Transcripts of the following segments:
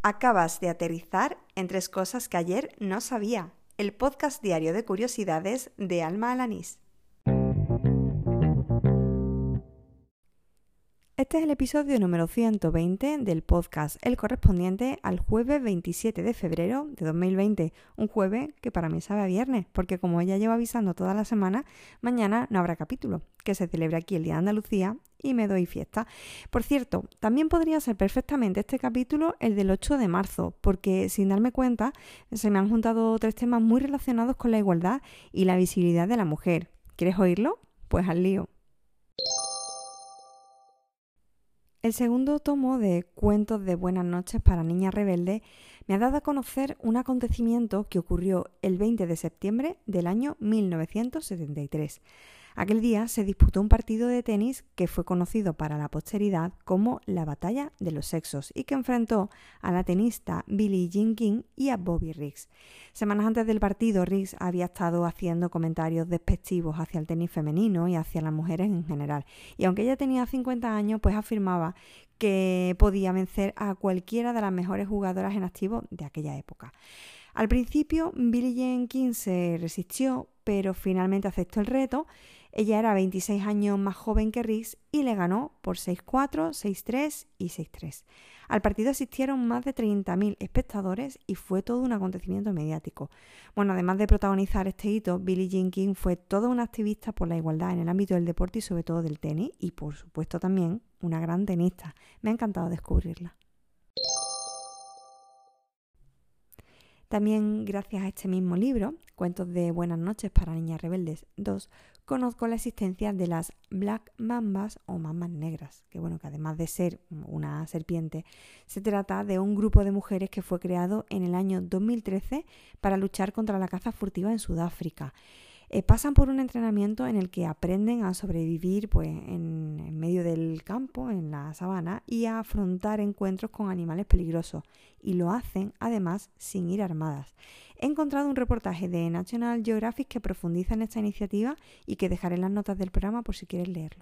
Acabas de aterrizar en 3 cosas que ayer no sabía. El podcast diario de curiosidades de Alma Alanís. Este es el episodio número 120 del podcast, el correspondiente al jueves 27 de febrero de 2020. Un jueves que para mí sabe a viernes, porque como ya llevo avisando toda la semana, mañana no habrá capítulo, que se celebra aquí el Día de Andalucía y me doy fiesta. Por cierto, también podría ser perfectamente este capítulo el del 8 de marzo, porque sin darme cuenta se me han juntado 3 temas muy relacionados con la igualdad y la visibilidad de la mujer. ¿Quieres oírlo? Pues al lío. El segundo tomo de Cuentos de Buenas noches para Niñas Rebeldes me ha dado a conocer un acontecimiento que ocurrió el 20 de septiembre del año 1973. Aquel día se disputó un partido de tenis que fue conocido para la posteridad como la Batalla de los Sexos y que enfrentó a la tenista Billie Jean King y a Bobby Riggs. Semanas antes del partido, Riggs había estado haciendo comentarios despectivos hacia el tenis femenino y hacia las mujeres en general. Y aunque ella tenía 50 años, pues afirmaba que podía vencer a cualquiera de las mejores jugadoras en activo de aquella época. Al principio, Billie Jean King se resistió, pero finalmente aceptó el reto. Ella era 26 años más joven que Riggs y le ganó por 6-4, 6-3 y 6-3. Al partido asistieron más de 30.000 espectadores y fue todo un acontecimiento mediático. Bueno, además de protagonizar este hito, Billie Jean King fue toda una activista por la igualdad en el ámbito del deporte y sobre todo del tenis y por supuesto también una gran tenista. Me ha encantado descubrirla. También gracias a este mismo libro, Cuentos de Buenas noches para Niñas Rebeldes 2, conozco la existencia de las Black Mambas o mambas negras, que además de ser una serpiente, se trata de un grupo de mujeres que fue creado en el año 2013 para luchar contra la caza furtiva en Sudáfrica. Pasan por un entrenamiento en el que aprenden a sobrevivir en medio del campo, en la sabana, y a afrontar encuentros con animales peligrosos. Y lo hacen, además, sin ir armadas. He encontrado un reportaje de National Geographic que profundiza en esta iniciativa y que dejaré en las notas del programa por si quieres leerlo.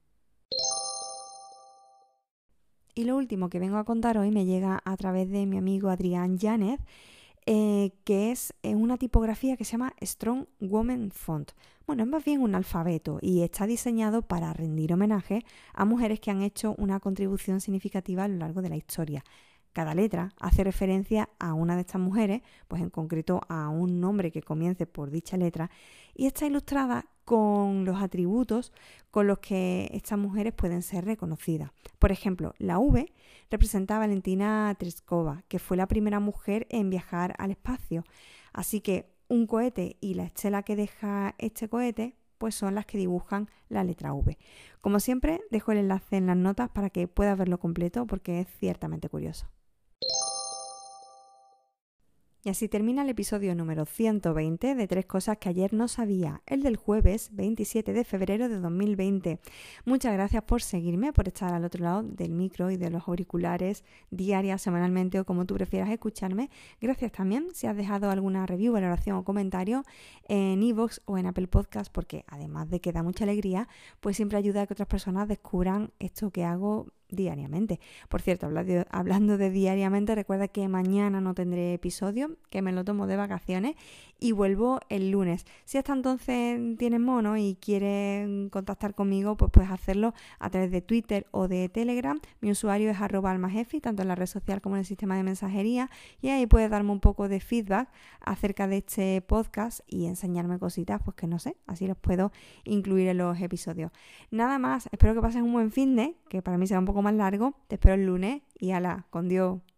Y lo último que vengo a contar hoy me llega a través de mi amigo Adrián Yáñez, que es una tipografía que se llama Strong Woman Font. Bueno, es más bien un alfabeto y está diseñado para rendir homenaje a mujeres que han hecho una contribución significativa a lo largo de la historia. Cada letra hace referencia a una de estas mujeres, pues en concreto a un nombre que comience por dicha letra, y está ilustrada con los atributos con los que estas mujeres pueden ser reconocidas. Por ejemplo, la V representa a Valentina Tereshkova, que fue la primera mujer en viajar al espacio. Así que un cohete y la estela que deja este cohete pues son las que dibujan la letra V. Como siempre, dejo el enlace en las notas para que puedas verlo completo porque es ciertamente curioso. Y así termina el episodio número 120 de 3 cosas que ayer no sabía, el del jueves 27 de febrero de 2020. Muchas gracias por seguirme, por estar al otro lado del micro y de los auriculares diarias, semanalmente o como tú prefieras escucharme. Gracias también si has dejado alguna review, valoración o comentario en iVoox o en Apple Podcast, porque además de que da mucha alegría, pues siempre ayuda a que otras personas descubran esto que hago diariamente. Por cierto, hablando de diariamente, recuerda que mañana no tendré episodio, que me lo tomo de vacaciones y vuelvo el lunes. Si hasta entonces tienes mono y quieres contactar conmigo, pues puedes hacerlo a través de Twitter o de Telegram. Mi usuario es @almajefi, tanto en la red social como en el sistema de mensajería, y ahí puedes darme un poco de feedback acerca de este podcast y enseñarme cositas, pues que no sé, así los puedo incluir en los episodios. Nada más, espero que pases un buen finde, que para mí será un poco más largo. Te espero el lunes y ala, con Dios.